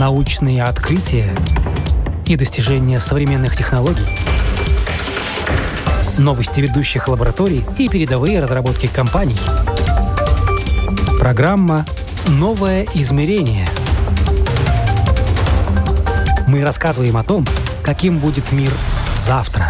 научные открытия и достижения современных технологий, новости ведущих лабораторий и передовые разработки компаний. Программа «Новое измерение». Мы рассказываем о том, каким будет мир завтра.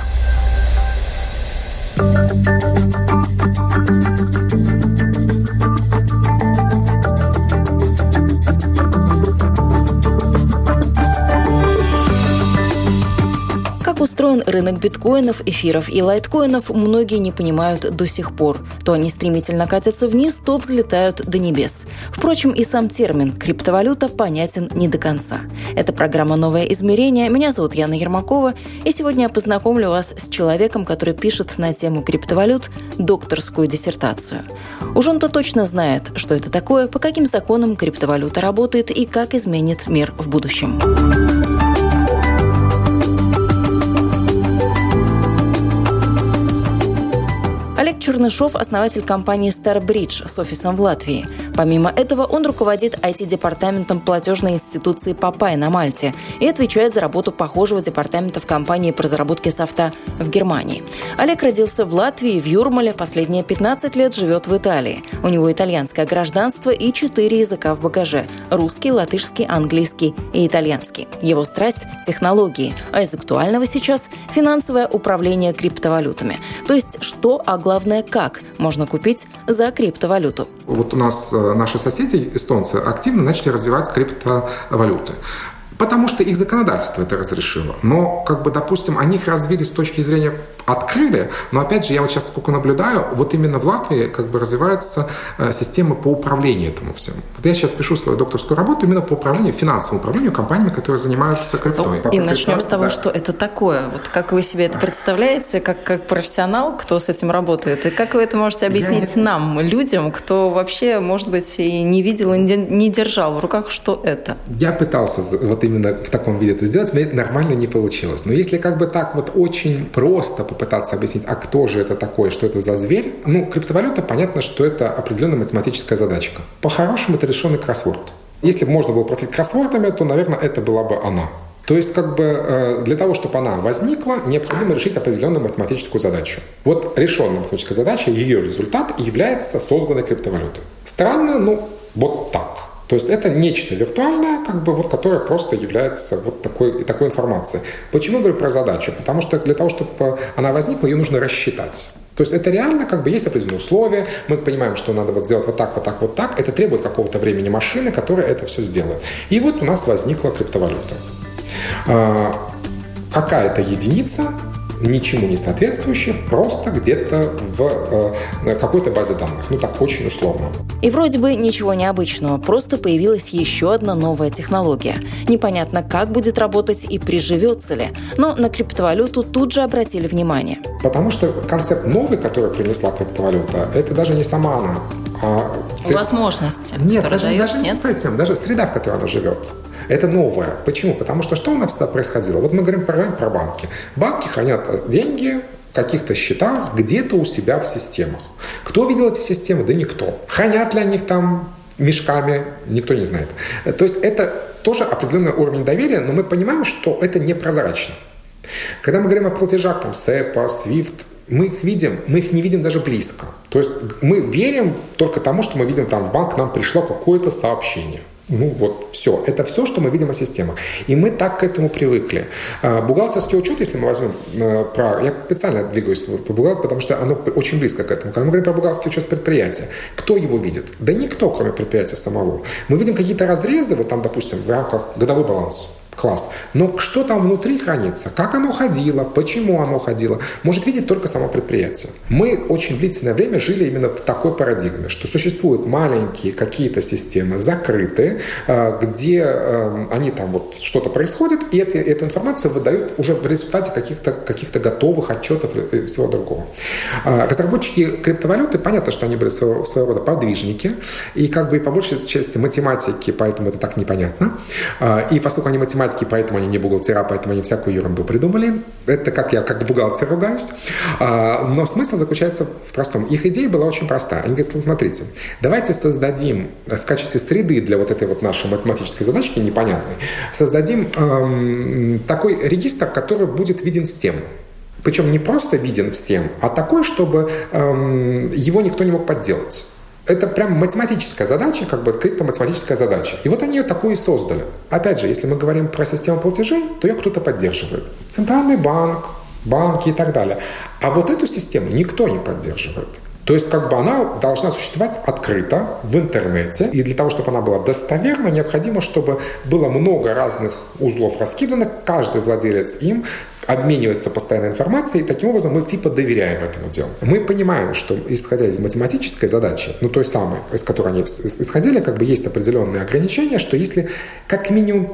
Как устроен рынок биткоинов, эфиров и лайткоинов, многие не понимают до сих пор. То они стремительно катятся вниз, то взлетают до небес. Впрочем, и сам термин «криптовалюта» понятен не до конца. Это программа «Новое измерение». Меня зовут Яна Ермакова, и сегодня я познакомлю вас с человеком, который пишет на тему криптовалют докторскую диссертацию. Уж он-то точно знает, что это такое, по каким законам криптовалюта работает и как изменит мир в будущем. Олег Чернышов – основатель компании StarBridge с офисом в Латвии. Помимо этого, он руководит IT-департаментом платежной институции Papay на Мальте и отвечает за работу похожего департамента в компании по разработке софта в Германии. Олег родился в Латвии, в Юрмале, последние 15 лет живет в Италии. У него итальянское гражданство и 4 языка в багаже – русский, латышский, английский и итальянский. Его страсть – технологии, а из актуального сейчас – финансовое управление криптовалютами. То есть что, а главное, как можно купить за криптовалюту. Вот у нас наши соседи, эстонцы, активно начали развивать криптовалюты. Потому что их законодательство это разрешило. Но, допустим, они их развили с точки зрения открыли, но, опять же, я вот сейчас сколько наблюдаю, вот именно в Латвии развивается система по управлению этому всему. Вот я сейчас пишу свою докторскую работу именно по управлению, финансовому управлению компаниями, которые занимаются криптой. И начнем с того, что это такое. Вот как вы себе это представляете, как профессионал, кто с этим работает? И как вы это можете объяснить нам, людям, кто вообще, может быть, и не видел, и не держал в руках, что это? Я пытался вот именно в таком виде это сделать, мне нормально не получилось. Но если так вот очень просто попытаться объяснить, а кто же это такой, что это за зверь, криптовалюта, понятно, что это определенная математическая задачка. По-хорошему, это решенный кроссворд. Если бы можно было платить кроссвордами, то, наверное, это была бы она. То есть, для того, чтобы она возникла, необходимо решить определенную математическую задачу. Вот решенная математическая задача, ее результат является созданной криптовалютой. Странно, вот так. То есть это нечто виртуальное, которое просто является вот такой информацией. Почему я говорю про задачу? Потому что для того, чтобы она возникла, ее нужно рассчитать. То есть это реально есть определенные условия. Мы понимаем, что надо сделать вот так, вот так, вот так. Это требует какого-то времени машины, которая это все сделает. И вот у нас возникла криптовалюта. Какая-то единица, ничему не соответствующая, просто где-то в какой-то базе данных. Так очень условно. И вроде бы ничего необычного, просто появилась еще одна новая технология. Непонятно, как будет работать и приживется ли. Но на криптовалюту тут же обратили внимание. Потому что концепт новый, который принесла криптовалюта, это даже не сама она. Возможности, нет, даже не с этим, даже среда, в которой она живет. Это новое. Почему? Потому что у нас всегда происходило? Вот мы говорим про банки. Банки хранят деньги в каких-то счетах где-то у себя в системах. Кто видел эти системы? Да никто. Хранят ли они их там мешками? Никто не знает. То есть это тоже определенный уровень доверия, но мы понимаем, что это непрозрачно. Когда мы говорим о платежах, SEPA, SWIFT, мы их не видим даже близко. То есть мы верим только тому, что мы видим в банк, нам пришло какое-то сообщение. Все. Это все, что мы видим о системах. И мы так к этому привыкли. Бухгалтерский учет, если мы возьмем я специально двигаюсь по бухгалтеру, потому что оно очень близко к этому. Когда мы говорим про бухгалтерский учет предприятия, кто его видит? Да никто, кроме предприятия самого. Мы видим какие-то разрезы, допустим, в рамках годовой баланс. Класс. Но что там внутри хранится? Как оно ходило? Почему оно ходило? Может видеть только само предприятие. Мы очень длительное время жили именно в такой парадигме, что существуют маленькие какие-то системы, закрытые, где они что-то происходит, и эту информацию выдают уже в результате каких-то готовых отчетов и всего другого. Разработчики криптовалюты, понятно, что они были своего рода подвижники, и по большей части математики, поэтому это так непонятно. И поскольку они математики, математики, поэтому они не бухгалтера, поэтому они всякую ерунду придумали. Это как я, как бухгалтер, ругаюсь. Но смысл заключается в простом. Их идея была очень простая. Они говорят, смотрите, давайте создадим в качестве среды для вот этой вот нашей математической задачки непонятной, создадим такой регистр, который будет виден всем. Причем не просто виден всем, а такой, чтобы его никто не мог подделать. Это прям математическая задача, как бы криптоматематическая задача. И вот они ее такую и создали. Опять же, если мы говорим про систему платежей, то ее кто-то поддерживает. Центральный банк, банки и так далее. А вот эту систему никто не поддерживает. То есть как бы она должна существовать открыто в интернете. И для того, чтобы она была достоверна, необходимо, чтобы было много разных узлов раскидано. Каждый владелец им обменивается постоянной информацией, и таким образом мы типа доверяем этому делу. Мы понимаем, что исходя из математической задачи, ну той самой, из которой они исходили, как бы есть определенные ограничения, что если как минимум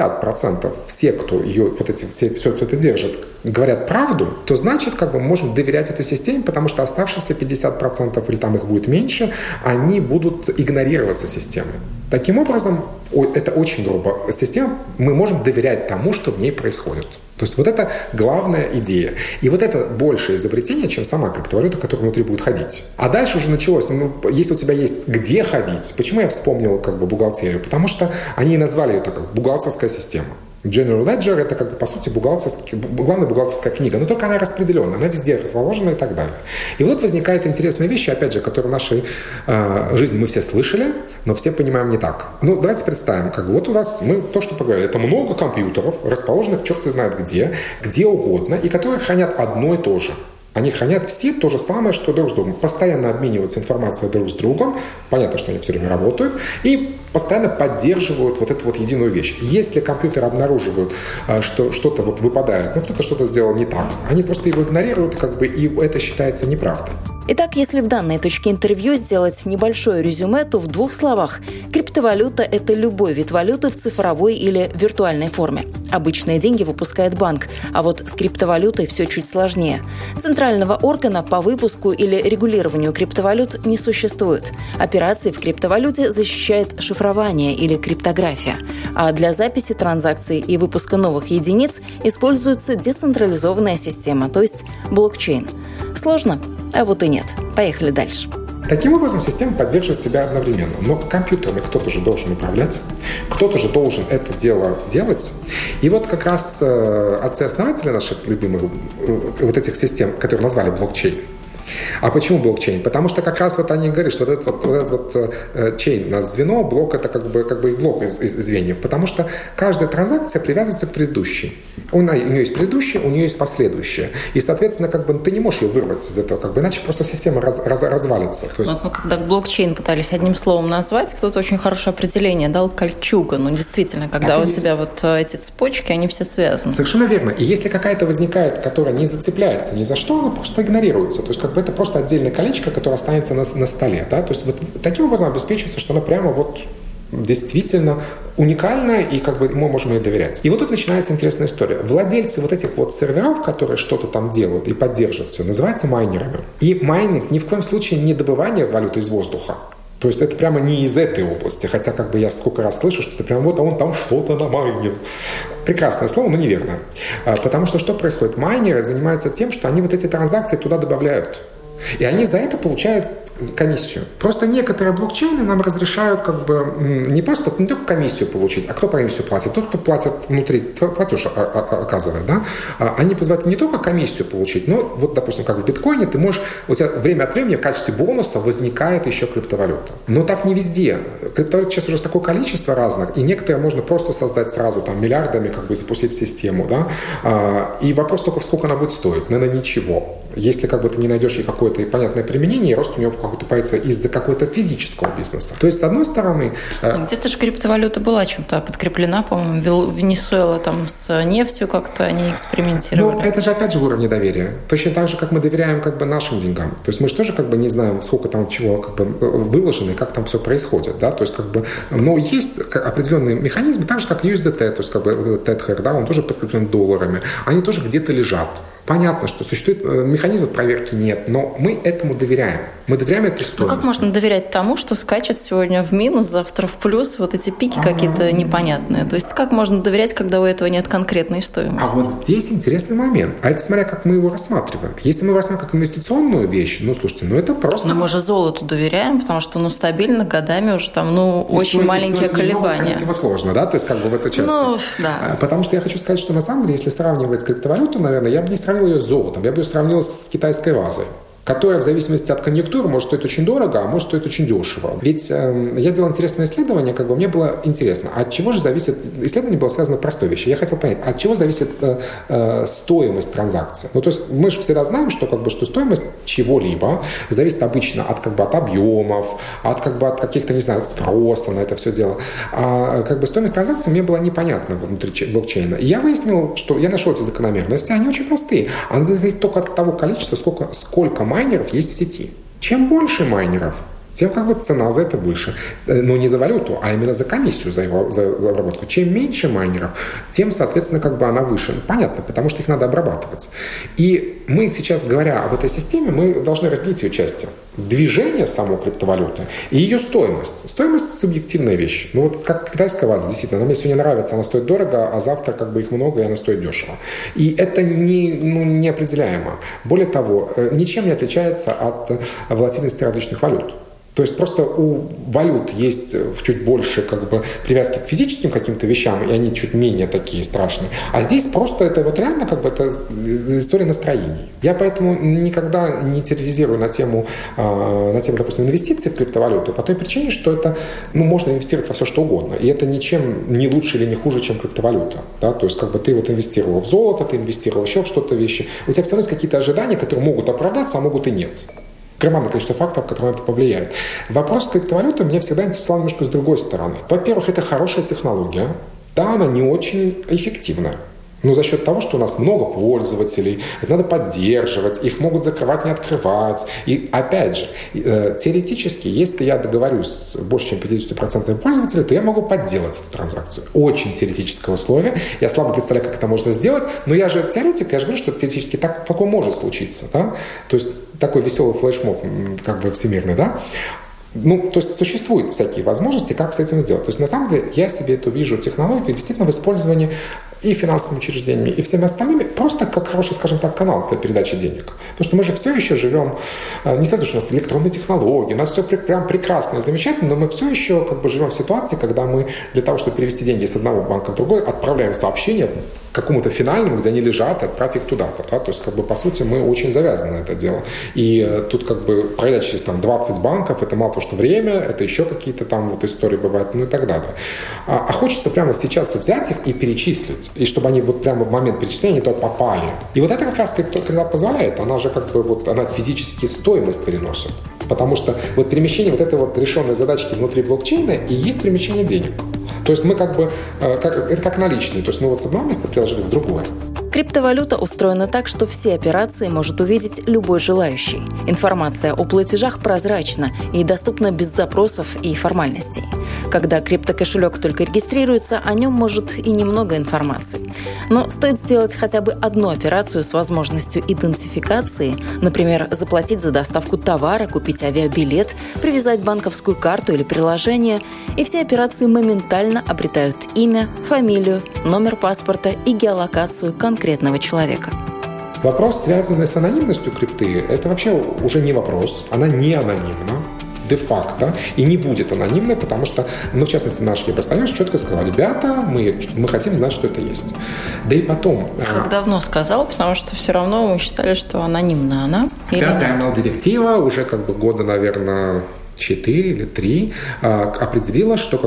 50% все, кто ее вот эти, все это держит, говорят правду, то значит как бы мы можем доверять этой системе, потому что оставшиеся 50% или там их будет меньше, они будут игнорироваться системой. Таким образом, это очень грубо. Система, мы можем доверять тому, что в ней происходит. То есть вот это главная идея. И вот это большее изобретение, чем сама криптовалюта, которая внутри будет ходить. А дальше уже началось, если у тебя есть где ходить, почему я вспомнил как бы бухгалтерию? Потому что они назвали ее так, как бухгалтерская система. General Ledger — это, как бы, по сути, главная бухгалтерская книга, но только она распределенная, она везде расположена и так далее. И вот возникают интересные вещи, опять же, которые в нашей жизни мы все слышали, но все понимаем не так. Ну, давайте представим, как бы, вот у нас, мы то, что поговорили, это много компьютеров, расположенных черт знает где угодно, и которые хранят одно и то же. Они хранят все то же самое, что друг с другом. Постоянно обмениваются информацией друг с другом. Понятно, что они все время работают. И постоянно поддерживают вот эту вот единую вещь. Если компьютеры обнаруживают, что что-то вот выпадает, кто-то что-то сделал не так, они просто его игнорируют, как бы, и это считается неправдой. Итак, если в данной точке интервью сделать небольшое резюме, то в 2 словах. Криптовалюта – это любой вид валюты в цифровой или виртуальной форме. Обычные деньги выпускает банк, а вот с криптовалютой все чуть сложнее. Центрального органа по выпуску или регулированию криптовалют не существует. Операции в криптовалюте защищает шифрование или криптография. А для записи транзакций и выпуска новых единиц используется децентрализованная система, то есть блокчейн. Сложно? А вот и нет. Поехали дальше. Таким образом, система поддерживает себя одновременно. Но компьютерами кто-то же должен управлять, кто-то же должен это дело делать. И вот как раз отцы-основатели наших любимых вот этих систем, которые назвали блокчейн. А почему блокчейн? Потому что как раз вот они говорят, что вот этот чейн на звено, блок — это как бы и блок из звеньев. Потому что каждая транзакция привязывается к предыдущей. У нее есть предыдущая, у нее есть последующая. И, соответственно, как бы ты не можешь ее вырвать из этого, как бы, иначе просто система развалится. То есть... Вот мы когда блокчейн пытались одним словом назвать, кто-то очень хорошее определение дал — кольчуга. Ну, действительно, когда у тебя вот эти цепочки, они все связаны. Совершенно верно. И если какая-то возникает, которая не зацепляется ни за что, она просто игнорируется. То есть, как бы это просто отдельное колечко, которое останется на столе. Да? То есть вот таким образом обеспечивается, что она прямо вот действительно уникальная, и как бы мы можем ей доверять. И вот тут начинается интересная история. Владельцы вот этих вот серверов, которые что-то там делают и поддерживают все, называются майнерами. И майнинг ни в коем случае не добывание валюты из воздуха. То есть это прямо не из этой области, хотя как бы я сколько раз слышу, что это прямо вот он там что-то намайнил. Прекрасное слово, но неверно. Потому что что происходит? Майнеры занимаются тем, что они вот эти транзакции туда добавляют. И они за это получают комиссию. Просто некоторые блокчейны нам разрешают как бы не только комиссию получить, а кто комиссию платит? Тот, кто платит внутри, платеж оказывает, да? Они позволяют не только комиссию получить, но вот, допустим, как в биткоине, ты можешь, у тебя время от времени в качестве бонуса возникает еще криптовалюта. Но так не везде. Криптовалют сейчас уже такое количество разных, и некоторые можно просто создать сразу там миллиардами, как бы запустить в систему, да? И вопрос только, сколько она будет стоить. Наверное, ничего. Если как бы ты не найдешь ей какое-то понятное применение, и рост у нее какой-то появится из-за какого-то физического бизнеса. То есть, с одной стороны... Где-то же криптовалюта была чем-то подкреплена, по-моему, Венесуэла там с нефтью как-то они экспериментировали. Ну, это же опять же уровень доверия. Точно так же, как мы доверяем как бы нашим деньгам. То есть мы же тоже как бы не знаем, сколько там чего как бы выложено и как там все происходит, да, то есть как бы, но есть определенные механизмы, так же как USDT, то есть как бы Tether, да, он тоже подкреплен долларами, они тоже где-то лежат. Понятно, что существует механизм механизмов проверки нет, но мы этому доверяем. Мы доверяем этой стоимости. Ну как можно доверять тому, что скачет сегодня в минус, завтра в плюс, вот эти пики какие-то непонятные? То есть как можно доверять, когда у этого нет конкретной стоимости? А вот здесь интересный момент. А это смотря, как мы его рассматриваем. Если мы его рассматриваем как инвестиционную вещь, слушайте, это просто... Но мы же золоту доверяем, потому что, стабильно годами уже там, очень маленькие колебания. Это сложно, да? То есть как бы в этой части. Да. Потому что я хочу сказать, что на самом деле, если сравнивать криптовалюту, наверное, я бы не сравнил ее с золотом, я бы ее сравнил с китайской вазой, которая в зависимости от конъюнктуры может стоить очень дорого, а может стоить очень дешево. Ведь я делал интересное исследование, мне было интересно, от чего же зависит... Исследование было связано с простой вещью. Я хотел понять, от чего зависит стоимость транзакции. То есть мы же всегда знаем, что, что стоимость чего-либо зависит обычно от объемов, от каких-то, не знаю, спроса на это все дело. А стоимость транзакции мне была непонятна внутри блокчейна. И я выяснил, что я нашел эти закономерности, они очень простые. Они зависят только от того количества, сколько майнеров есть в сети. Чем больше майнеров, тем цена за это выше. Но не за валюту, а именно за комиссию за обработку. Чем меньше майнеров, тем, соответственно, она выше. Понятно, потому что их надо обрабатывать. И мы сейчас, говоря об этой системе, мы должны разделить ее части. Движение самой криптовалюты и ее стоимость. Стоимость – субъективная вещь. Как китайская ваза, действительно. Она мне сегодня нравится, она стоит дорого, а завтра их много, и она стоит дешево. И это неопределяемо. Более того, ничем не отличается от волатильности различных валют. То есть просто у валют есть чуть больше привязки к физическим каким-то вещам, и они чуть менее такие страшные. А здесь просто это реально это история настроений. Я поэтому никогда не теоретизирую на тему, допустим, инвестиций в криптовалюту по той причине, что это можно инвестировать во все что угодно. И это ничем не лучше или не хуже, чем криптовалюта. Да? То есть ты инвестировал в золото, ты инвестировал еще в что-то вещи. У тебя все равно есть какие-то ожидания, которые могут оправдаться, а могут и нет. Громадное количество факторов, которые на это повлияют. Вопрос с криптовалютой меня всегда интересовал немножко с другой стороны. Во-первых, это хорошая технология. Да, она не очень эффективная. Но за счет того, что у нас много пользователей, это надо поддерживать, их могут закрывать, не открывать. И опять же, теоретически, если я договорюсь с больше чем 50% пользователей, то я могу подделать эту транзакцию. Очень теоретическое условие. Я слабо представляю, как это можно сделать, но я же теоретик, я же говорю, что теоретически такое может случиться. Да? То есть такой веселый флешмоб всемирный, да? То есть существуют всякие возможности, как с этим сделать. То есть на самом деле я себе эту вижу технологию действительно в использовании и финансовыми учреждениями, и всеми остальными, просто как хороший, скажем так, канал для передачи денег. Потому что мы же все еще живем, несмотря на то, что у нас электронные технологии, у нас все прям прекрасно и замечательно, но мы все еще живем в ситуации, когда мы для того, чтобы перевести деньги с одного банка в другой, отправляем сообщение к какому-то финальному, где они лежат, и отправь их туда-то. Да? То есть, по сути, мы очень завязаны на это дело. И тут проверять через 20 банков, это мало того, что время, это еще какие-то истории бывают, и так далее. А хочется прямо сейчас взять их и перечислить. И чтобы они прямо в момент перечисления туда попали. И это как раз крипто позволяет. Она же она физически стоимость переносит. Потому что перемещение этой решенной задачки внутри блокчейна и есть перемещение денег. То есть мы это как наличные. То есть мы с одного места приложили в другое. Криптовалюта устроена так, что все операции может увидеть любой желающий. Информация о платежах прозрачна и доступна без запросов и формальностей. Когда криптокошелек только регистрируется, о нем может и немного информации. Но стоит сделать хотя бы одну операцию с возможностью идентификации, например, заплатить за доставку товара, купить авиабилет, привязать банковскую карту или приложение, и все операции моментально обретают имя, фамилию, номер паспорта и геолокацию конкретного человека. Вопрос, связанный с анонимностью крипты, это вообще уже не вопрос. Она не анонимна де-факто и не будет анонимной, потому что, в частности, наш Евросоюз четко сказал: ребята, мы хотим знать, что это есть. Да и потом... Как давно сказал, потому что все равно мы считали, что анонимна она или нет. Пятая ML-директива уже года, наверное, 4 или 3 определила, что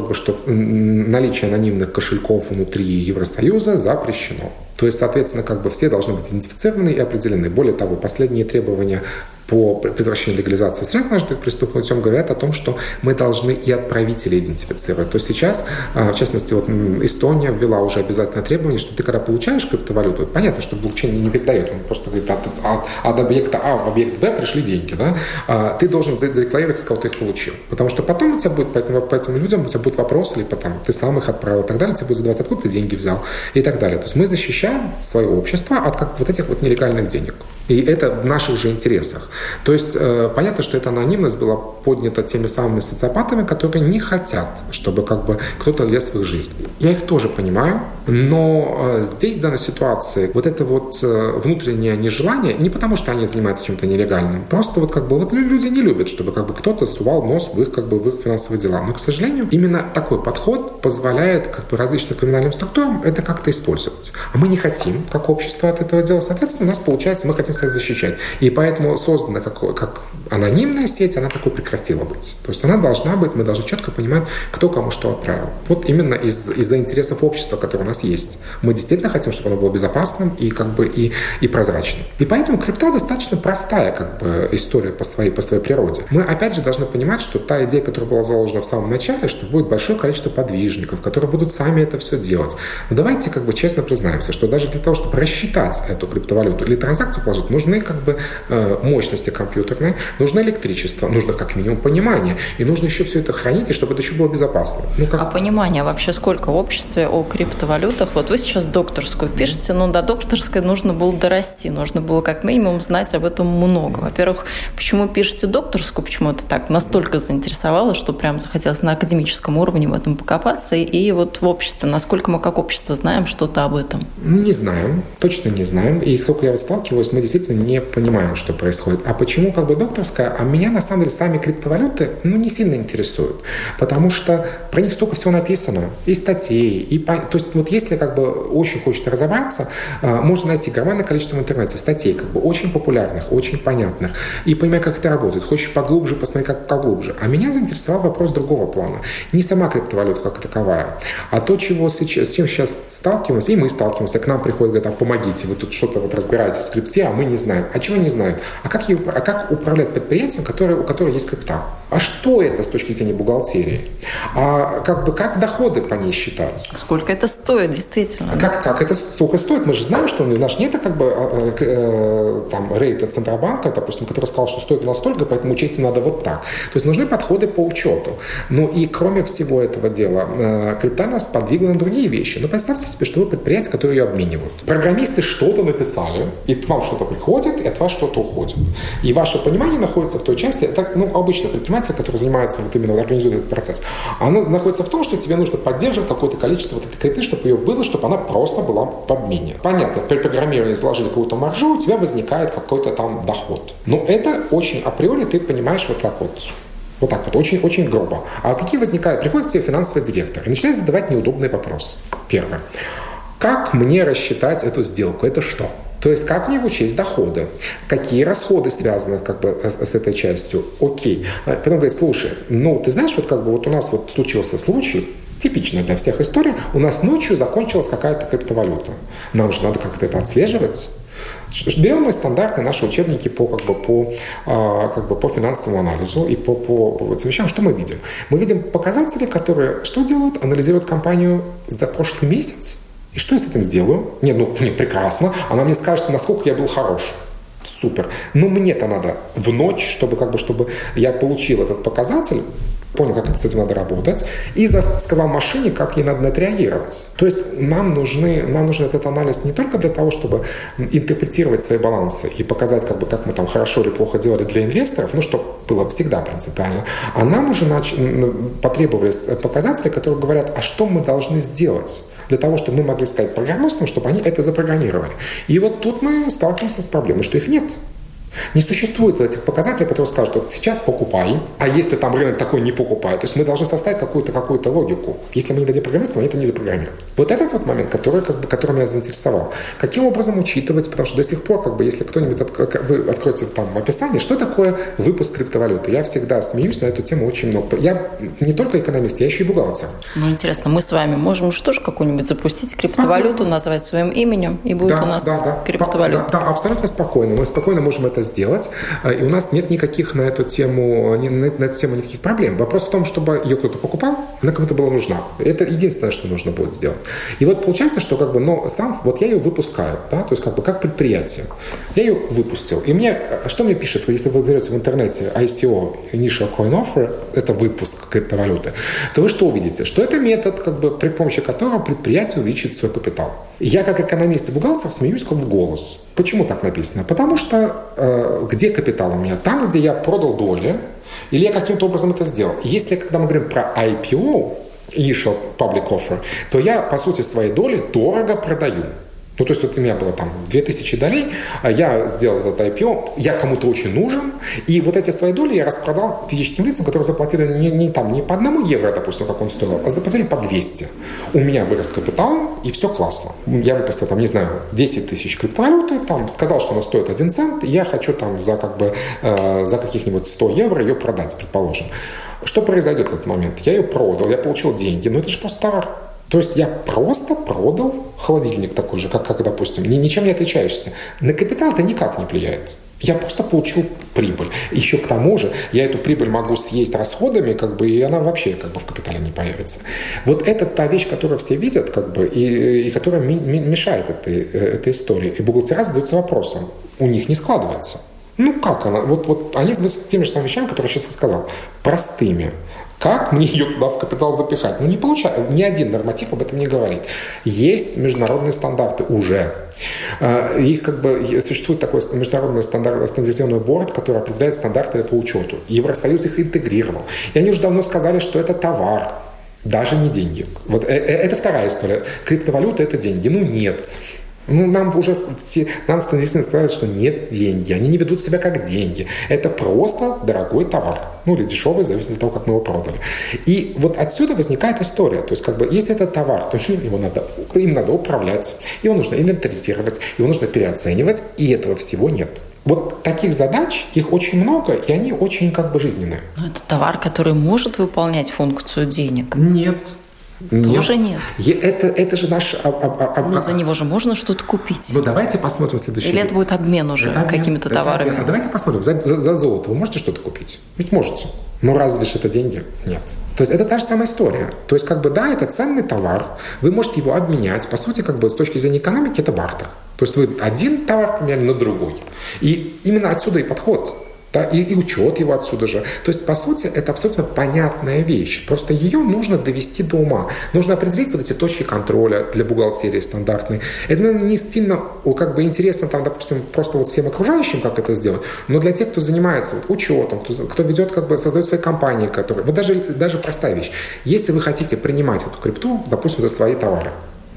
наличие анонимных кошельков внутри Евросоюза запрещено. То есть, соответственно, все должны быть идентифицированы и определены. Более того, последние требования по предотвращению легализации средств нажитых преступным путем говорят о том, что мы должны и отправителя идентифицировать. То есть сейчас, в частности, Эстония ввела уже обязательное требование, что ты, когда получаешь криптовалюту, понятно, что блокчейн не передает, он просто говорит, от объекта А в объект Б пришли деньги, да? Ты должен задекларировать, от кого ты их получил. Потому что потом у тебя будет, по этим людям у тебя будут вопросы, или потом ты сам их отправил и так далее, тебе будет задавать, откуда ты деньги взял и так далее. То есть мы защищаем свое общество от этих нелегальных денег. И это в наших же интересах. То есть понятно, что эта анонимность была поднята теми самыми социопатами, которые не хотят, чтобы как бы кто-то лез в их жизнь. Я их тоже понимаю, но здесь, в данной ситуации, вот это вот внутреннее нежелание, не потому что они занимаются чем-то нелегальным, просто вот как бы вот люди не любят, чтобы как бы кто-то сувал нос в их как бы в их финансовые дела. Но, к сожалению, именно такой подход позволяет как бы различным криминальным структурам это как-то использовать. А мы не хотим, как общество, от этого дела. Соответственно, у нас получается, мы хотим себя защищать. И поэтому создана как анонимная сеть, она такой прекратила быть. То есть она должна быть, мы должны четко понимать, кто кому что отправил. Вот именно из-за интересов общества, которые у нас есть. Мы действительно хотим, чтобы оно было безопасным и как бы и прозрачным. И поэтому крипта достаточно простая как бы история по своей природе. Мы опять же должны понимать, что та идея, которая была заложена в самом начале, что будет большое количество подвижников, которые будут сами это все делать. Но давайте как бы честно признаемся, что даже для того, чтобы рассчитать эту криптовалюту или транзакцию положить, нужны как бы мощности компьютерные, нужно электричество, нужно как минимум понимание, и нужно еще все это хранить, и чтобы это еще было безопасно. А понимание вообще сколько в обществе о криптовалютах? Вот вы сейчас докторскую пишете, но до докторской нужно было дорасти, нужно было как минимум знать об этом много. Во-первых, почему пишете докторскую, почему это так настолько заинтересовало, что прям захотелось на академическом уровне в этом покопаться, и вот в обществе, насколько мы как общество знаем что-то об этом? Не знаем, точно не знаем, и сколько я вот сталкиваюсь, мы действительно не понимаем, что происходит. А почему как бы докторская? А меня на самом деле сами криптовалюты не сильно интересуют, потому что про них столько всего написано, и статей, то есть вот если как бы очень хочется разобраться, можно найти огромное количество в интернете статей, как бы очень популярных, очень понятных, и понимать, как это работает. Хочешь поглубже, посмотри, как поглубже. А меня заинтересовал вопрос другого плана. Не сама криптовалюта как таковая, а то, с чем сейчас сталкиваемся, и мы сталкиваемся, к нам приходят, говорят, помогите, вы тут что-то вот разбираетесь в крипте, а мы не знаем. А чего не знают? А как управлять предприятием, у которого есть крипта? А что это с точки зрения бухгалтерии? А как доходы по ней считать? Сколько это стоит, действительно? Как это столько стоит? Мы же знаем, что у нас нет как бы там рейта Центробанка, допустим, который сказал, что стоит настолько, поэтому учесть надо вот так. То есть нужны подходы по учету. Ну и кроме всего этого дела, крипта нас подвигла на другие вещи. Ну представьте себе, что вы предприятие, которое ее обменивают. Программисты что-то написали, и к вам что-то приходит, и от вас что-то уходит. И ваше понимание находится в той части, это обычно предприниматель, который занимается вот именно организует этот процесс, оно находится в том, что тебе нужно поддерживать какое-то количество вот этой крипты, чтобы ее было, чтобы она просто была в обмене. Понятно, при программировании заложили какую-то маржу, у тебя возникает какой-то там доход. Но это очень априори ты понимаешь вот так вот. Вот так вот, очень-очень грубо. А какие возникают? Приходит к тебе финансовый директор и начинает задавать неудобные вопросы. Первое. Как мне рассчитать эту сделку? Это что? То есть, как мне учесть доходы? Какие расходы связаны как бы с этой частью? Окей. Потом говорит, слушай, ты знаешь, вот как бы вот у нас вот случился случай, типичная для всех история, у нас ночью закончилась какая-то криптовалюта. Нам же надо как-то это отслеживать. Берем мы стандартные наши учебники по финансовому анализу и по вещам. Что мы видим? Мы видим показатели, которые что делают? Анализируют компанию за прошлый месяц. И что я с этим сделаю? Прекрасно. Она мне скажет, насколько я был хорош. Супер. Но мне-то надо в ночь, чтобы я получил этот показатель, понял, как с этим надо работать, и сказал машине, как ей надо на это реагировать. То есть нам нужен этот анализ не только для того, чтобы интерпретировать свои балансы и показать, как мы там хорошо или плохо делали для инвесторов, что было всегда принципиально, а нам уже потребовались показатели, которые говорят, а что мы должны сделать для того, чтобы мы могли сказать программистам, чтобы они это запрограммировали. И вот тут мы сталкиваемся с проблемой, что их нет. Не существует этих показателей, которые скажут, вот сейчас покупай, а если там рынок такой не покупай. То есть мы должны составить какую-то логику. Если мы не дадим программистам, они это не запрограммируют. Вот этот вот момент, который меня заинтересовал. Каким образом учитывать, потому что до сих пор, если кто-нибудь, вы откроете там описание, что такое выпуск криптовалюты. Я всегда смеюсь на эту тему очень много. Я не только экономист, я еще и бухгалтер. Интересно, мы с вами можем что же какую-нибудь запустить криптовалюту, назвать своим именем, и будет у нас криптовалюта? Да, абсолютно спокойно. Мы спокойно можем это сделать, и у нас нет никаких на эту тему никаких проблем. Вопрос в том, чтобы ее кто-то покупал, Она кому-то была нужна. Это единственное, что нужно будет сделать. И вот получается, что как бы, но сам, вот я ее выпускаю, да, то есть как бы как предприятие. Я ее выпустил. И мне, что мне пишет, если вы берете в интернете ICO, Initial Coin Offer, это выпуск криптовалюты, то вы что увидите? Что это метод, как бы, при помощи которого предприятие увеличит свой капитал. И я как экономист и бухгалтер смеюсь как в голос. Почему так написано? Потому что где капитал у меня? Там, где я продал доли, или я каким-то образом это сделал. Если, когда мы говорим про IPO, Initial Public Offer, то я, по сути, свои доли дорого продаю. Ну, то есть вот у меня было там 2000 долей, я сделал этот IPO, я кому-то очень нужен, и вот эти свои доли я распродал физическим лицам, которые заплатили не по 1 евро, допустим, как он стоил, а заплатили по 200. У меня вырос капитал, и все классно. Я выпустил там, не знаю, 10 тысяч криптовалюты, там, сказал, что она стоит 1 цент, и я хочу там за каких-нибудь 100 евро ее продать, предположим. Что произойдет в этот момент? Я ее продал, я получил деньги, но это же просто товар. То есть я просто продал холодильник такой же, как допустим, ничем не отличающийся. На капитал это никак не влияет. Я просто получил прибыль. Еще к тому же я эту прибыль могу съесть расходами, как бы, и она вообще как бы в капитале не появится. Вот это та вещь, которую все видят, как бы, и которая мешает этой истории. И бухгалтера задаются вопросом, у них не складывается. Ну как она? Вот они задаются теми же самыми вещами, которые я сейчас сказал, простыми. Как мне ее туда в капитал запихать? Ну, не получается. Ни один норматив об этом не говорит. Есть международные стандарты уже. Их как бы существует такой международный стандартизированный борд, который определяет стандарты по учету. Евросоюз их интегрировал. И они уже давно сказали, что это товар. Даже не деньги. Вот это вторая история. Криптовалюта – это деньги. Ну, нет. Ну, нам стандартизированно сказали, что нет деньги. Они не ведут себя как деньги. Это просто дорогой товар. Ну, или дешевый, зависит от того, как мы его продали. И вот отсюда возникает история. То есть, как бы, если это товар, то им надо управлять, его нужно инвентаризировать, его нужно переоценивать, и этого всего нет. Вот таких задач, их очень много, и они очень как бы жизненные. Но это товар, который может выполнять функцию денег? Нет. Тоже нет. Это же наш... Но за него же можно что-то купить. Ну, давайте посмотрим следующий. Или это будет обмен уже какими-то товарами? А давайте посмотрим. За золото вы можете что-то купить? Ведь можете. Но разве же это деньги? Нет. То есть это та же самая история. То есть, как бы, да, это ценный товар. Вы можете его обменять. По сути, как бы, с точки зрения экономики, это бартер. То есть вы один товар поменяли на другой. И именно отсюда и подход. Да, и учет его отсюда же. То есть, по сути, это абсолютно понятная вещь. Просто ее нужно довести до ума. Нужно определить вот эти точки контроля для бухгалтерии стандартной. Это, наверное, не сильно как бы интересно, там, допустим, просто вот всем окружающим, как это сделать, но для тех, кто занимается вот учетом, кто ведет, как бы, создает свои компании, которые... Вот даже простая вещь. Если вы хотите принимать эту крипту, допустим, за свои товары,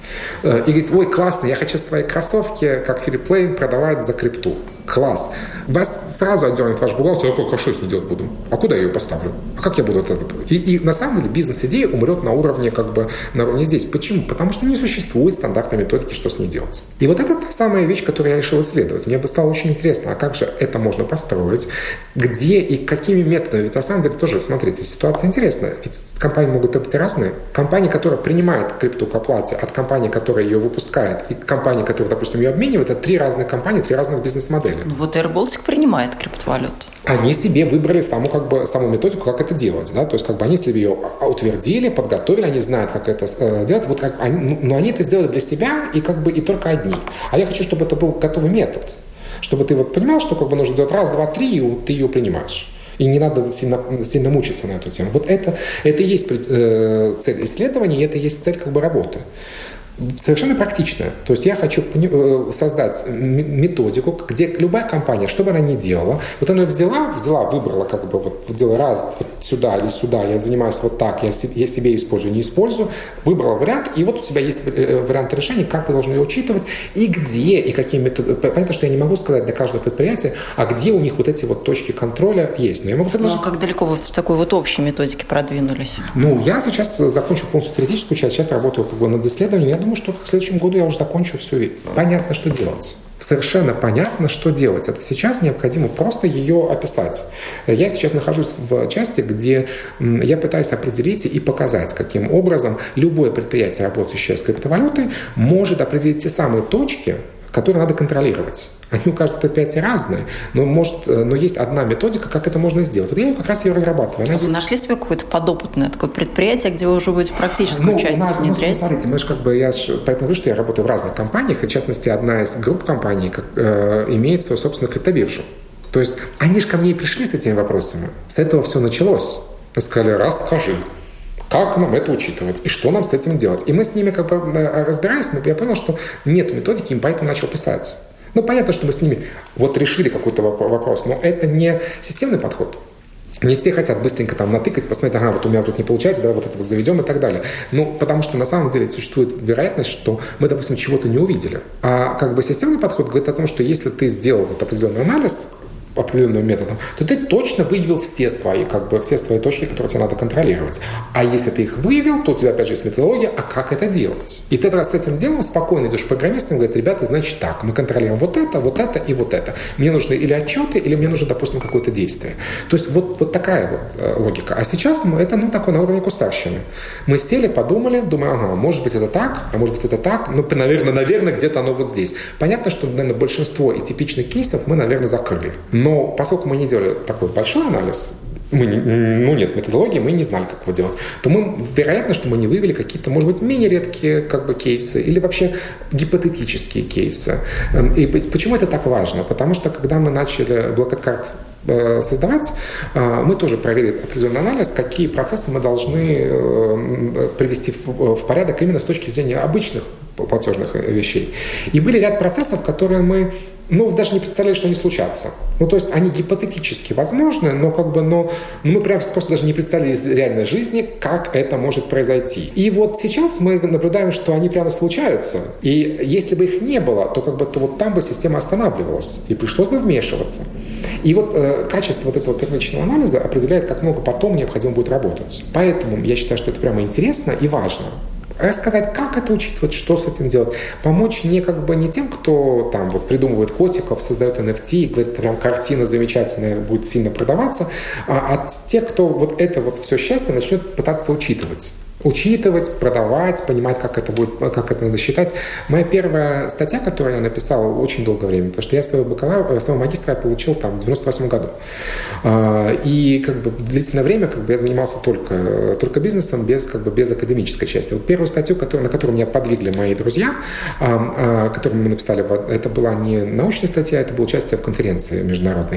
и говорит, ой, классно, я хочу свои кроссовки, как Филипп Плейн, продавать за крипту. Класс. Вас сразу отдернет ваш бухгалтер, а что я с ней делать буду? А куда я ее поставлю? А как я буду это? И на самом деле бизнес-идея умрет на уровне, как бы, на уровне здесь. Почему? Потому что не существует стандартной методики, что с ней делать. И вот это та самая вещь, которую я решил исследовать. Мне бы стало очень интересно, а как же это можно построить? Где и какими методами? Ведь на самом деле тоже, смотрите, ситуация интересная. Ведь компании могут быть разные. Компания, которая принимает крипту к оплате, от компании, которая ее выпускает, и компании, которая, допустим, ее обменивает, это 3 разных компании, 3 разных бизнес-модели. Ну вот AirBaltic принимает криптовалюту. Они себе выбрали саму методику, как это делать. Да? То есть, как бы они себе ее утвердили, подготовили, они знают, как это делать. Вот как но они это сделали для себя и как бы и только одни. А я хочу, чтобы это был готовый метод. Чтобы ты вот понимал, что как бы нужно делать 1, 2, 3, и ты ее принимаешь. И не надо сильно мучиться на эту тему. Вот это и есть цель исследования, и это и есть цель как бы работы. Совершенно практичная. То есть я хочу создать методику, где любая компания, что бы она ни делала, вот она взяла, выбрала, как бы вот делала раз, вот сюда или сюда, я занимаюсь вот так, я себе использую, не использую, выбрала вариант, и вот у тебя есть варианты решения, как ты должен ее учитывать, и где, и какие методы. Понятно, что я не могу сказать для каждого предприятия, а где у них вот эти вот точки контроля есть. Но я могу предложить. Ну, а как далеко вы в такой вот общей методике продвинулись? Ну, я сейчас закончу полностью теоретическую часть, сейчас работаю как бы над исследованием. Я думаю, что к следующему году я уже закончу все. Понятно, что делать. Совершенно понятно, что делать. Это сейчас необходимо просто ее описать. Я сейчас нахожусь в части, где я пытаюсь определить и показать, каким образом любое предприятие, работающее с криптовалютой, может определить те самые точки, которые надо контролировать. Они у каждого предприятия разные, но есть одна методика, как это можно сделать. Вот я как раз ее разрабатываю. Вы нашли себе какое-то подопытное такое предприятие, где вы уже будете практическую часть внедрять? Смотрите, я поэтому говорю, что я работаю в разных компаниях, и в частности, одна из групп компаний имеет свою собственную криптобиржу. То есть они же ко мне и пришли с этими вопросами. С этого все началось. Сказали, расскажи, как нам это учитывать и что нам с этим делать. И мы с ними разбирались, но я понял, что нет методики, и поэтому начал писать. Понятно, что мы с ними решили какой-то вопрос, но это не системный подход. Не все хотят быстренько натыкать, посмотреть, у меня тут не получается, давай вот это заведем и так далее. Потому что на самом деле существует вероятность, что мы, допустим, чего-то не увидели. А системный подход говорит о том, что если ты сделал определенный анализ, определенным методом, то ты точно выявил все свои точки, которые тебе надо контролировать. А если ты их выявил, то у тебя опять же есть методология, а как это делать? И ты с этим делом спокойно идешь к программистам и говоришь, ребята, значит так, мы контролируем вот это и вот это. Мне нужны или отчеты, или мне нужно, допустим, какое-то действие. То есть вот такая логика. А сейчас это такой на уровне кустарщины. Мы сели, подумали, думаю, может быть это так, а может быть это так, наверное, где-то оно вот здесь. Понятно, что, наверное, большинство и типичных кейсов мы, наверное, закрыли. Но поскольку мы не делали такой большой анализ, нет методологии, мы не знали, как его делать, то вероятно, что мы не выявили какие-то, может быть, менее редкие кейсы или вообще гипотетические кейсы. И почему это так важно? Потому что, когда мы начали BlackCard создавать, мы тоже провели определенный анализ, какие процессы мы должны привести в порядок именно с точки зрения обычных платежных вещей. И были ряд процессов, которые мы даже не представляли, что они случатся. То есть они гипотетически возможны, но мы прям просто даже не представили из реальной жизни, как это может произойти. И вот сейчас мы наблюдаем, что они прямо случаются. И если бы их не было, то там бы система останавливалась, и пришлось бы вмешиваться. И качество этого первичного анализа определяет, как много потом необходимо будет работать. Поэтому я считаю, что это прямо интересно и важно. Рассказать, как это учитывать, что с этим делать. Помочь не тем, кто придумывает котиков, создает NFT и говорит, прям картина замечательная, будет сильно продаваться, а от тех, кто это все счастье начнет пытаться учитывать, продавать, понимать, как это надо считать. Моя первая статья, которую я написал очень долгое время, потому что я своего магистра я получил в 98 году. И длительное время я занимался только бизнесом, без академической части. Первую статью, на которую меня подвигли мои друзья, которую мы написали, это была не научная статья, это было участие в конференции международной.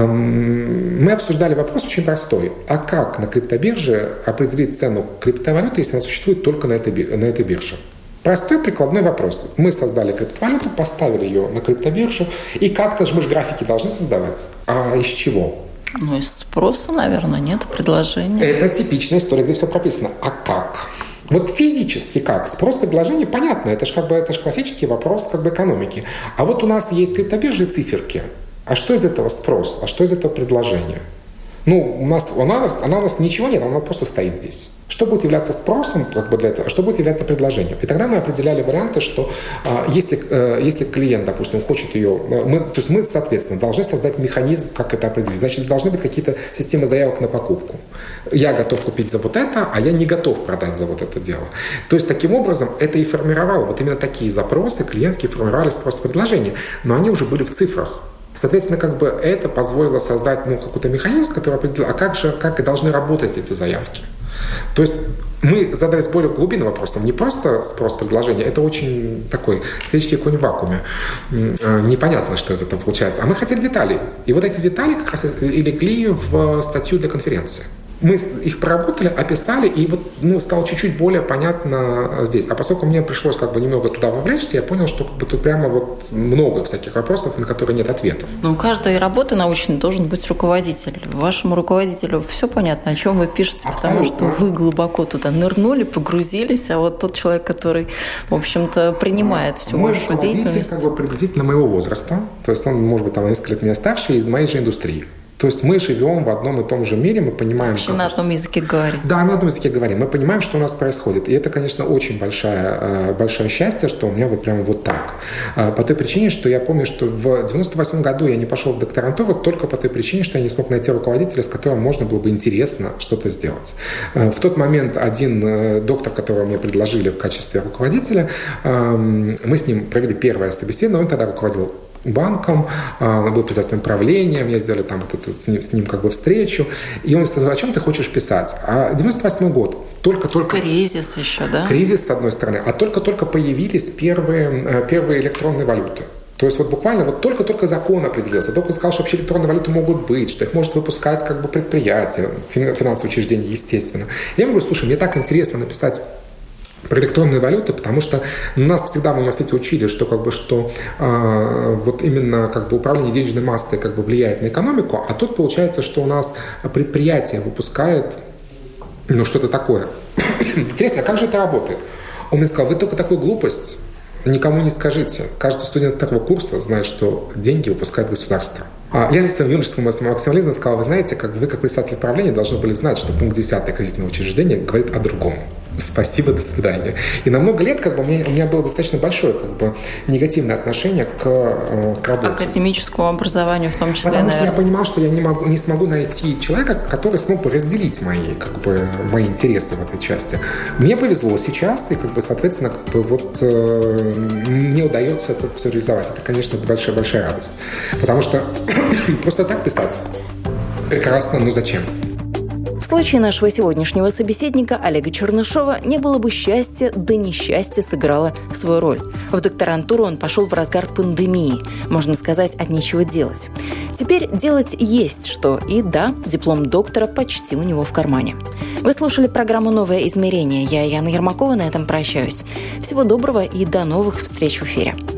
Мы обсуждали вопрос очень простой. А как на криптобирже определить цену криптовалюты, если она существует только на этой бирже? Простой прикладной вопрос. Мы создали криптовалюту, поставили ее на криптобиржу, и как-то же мы же графики должны создавать. А из чего? Из спроса, наверное, нет, предложения. Это типичная история, где все прописано. А как? Физически как? Спрос, предложение, понятно, это же классический вопрос экономики. А у нас есть криптобиржи и циферки. А что из этого спрос? А что из этого предложение? Она у нас ничего нет, она просто стоит здесь. Что будет являться спросом для этого, что будет являться предложением? И тогда мы определяли варианты, что если клиент, допустим, хочет ее... Мы, соответственно, должны создать механизм, как это определить. Значит, должны быть какие-то системы заявок на покупку. Я готов купить за вот это, а я не готов продать за вот это дело. То есть, таким образом, это и формировало. Именно такие запросы клиентские формировали спрос-предложение. Но они уже были в цифрах. Соответственно, это позволило создать какой-то механизм, который определил, как должны работать эти заявки. То есть мы задались более глубинным вопросом. Не просто спрос-предложение, это очень такой следующий конь в вакууме. Непонятно, что из этого получается. А мы хотели деталей. И эти детали как раз и легли в статью для конференции. Мы их проработали, описали, и стало чуть-чуть более понятно здесь. А поскольку мне пришлось немного туда вовлечься, я понял, что тут прямо много всяких вопросов, на которые нет ответов. Но у каждой работы научной должен быть руководитель. Вашему руководителю все понятно, о чем вы пишете, потому что вы глубоко туда нырнули, погрузились, а тот человек, который, в общем-то, принимает всю вашу деятельность. Приблизительно моего возраста, то есть он, может быть, на несколько лет меня старше, из моей же индустрии. То есть мы живем в одном и том же мире, мы понимаем... Вообще на одном языке говорим. Да, на одном языке говорим. Мы понимаем, что у нас происходит. И это, конечно, очень большое счастье, что у меня вот прямо вот так. По той причине, что я помню, что в 98 году я не пошел в докторантуру только по той причине, что я не смог найти руководителя, с которым можно было бы интересно что-то сделать. В тот момент один доктор, которого мне предложили в качестве руководителя, мы с ним провели первое собеседование, он тогда руководил банком, был председателем правления, мне сделали там с ним как бы встречу, и он сказал, о чем ты хочешь писать? А 98 год, только-только... Кризис еще, да? Кризис, с одной стороны, а только-только появились первые электронные валюты. То есть вот буквально вот только закон определился, только сказал, что вообще электронные валюты могут быть, что их может выпускать как бы предприятие, финансовые учреждения, естественно. Я ему говорю, слушай, мне так интересно написать про электронные валюты, потому что нас всегда в университете учили, что вот именно как бы управление денежной массой как бы влияет на экономику, а тут получается, что у нас предприятие выпускает что-то такое. Интересно, как же это работает? Он мне сказал, вы только такую глупость никому не скажите. Каждый студент второго курса знает, что деньги выпускает государство. Я за своим юношеским максимализмом сказал, вы знаете, вы как председатель правления должны были знать, что пункт 10 кредитного учреждения говорит о другом. Спасибо, до свидания. И на много лет у меня было достаточно большое негативное отношение к работе. Академическому образованию в том числе, потому наверное. что я понимал, что я не смогу найти человека, который смог бы разделить мои интересы в этой части. Мне повезло сейчас, и соответственно мне удается это все реализовать. Это, конечно, большая радость. Потому что просто так писать прекрасно, но зачем? В случае нашего сегодняшнего собеседника Олега Чернышова не было бы счастья, да несчастье сыграло свою роль. В докторантуру он пошел в разгар пандемии, можно сказать, от нечего делать. Теперь делать есть что, и да, диплом доктора почти у него в кармане. Вы слушали программу «Новое измерение». Я, Яна Ермакова, на этом прощаюсь. Всего доброго и до новых встреч в эфире.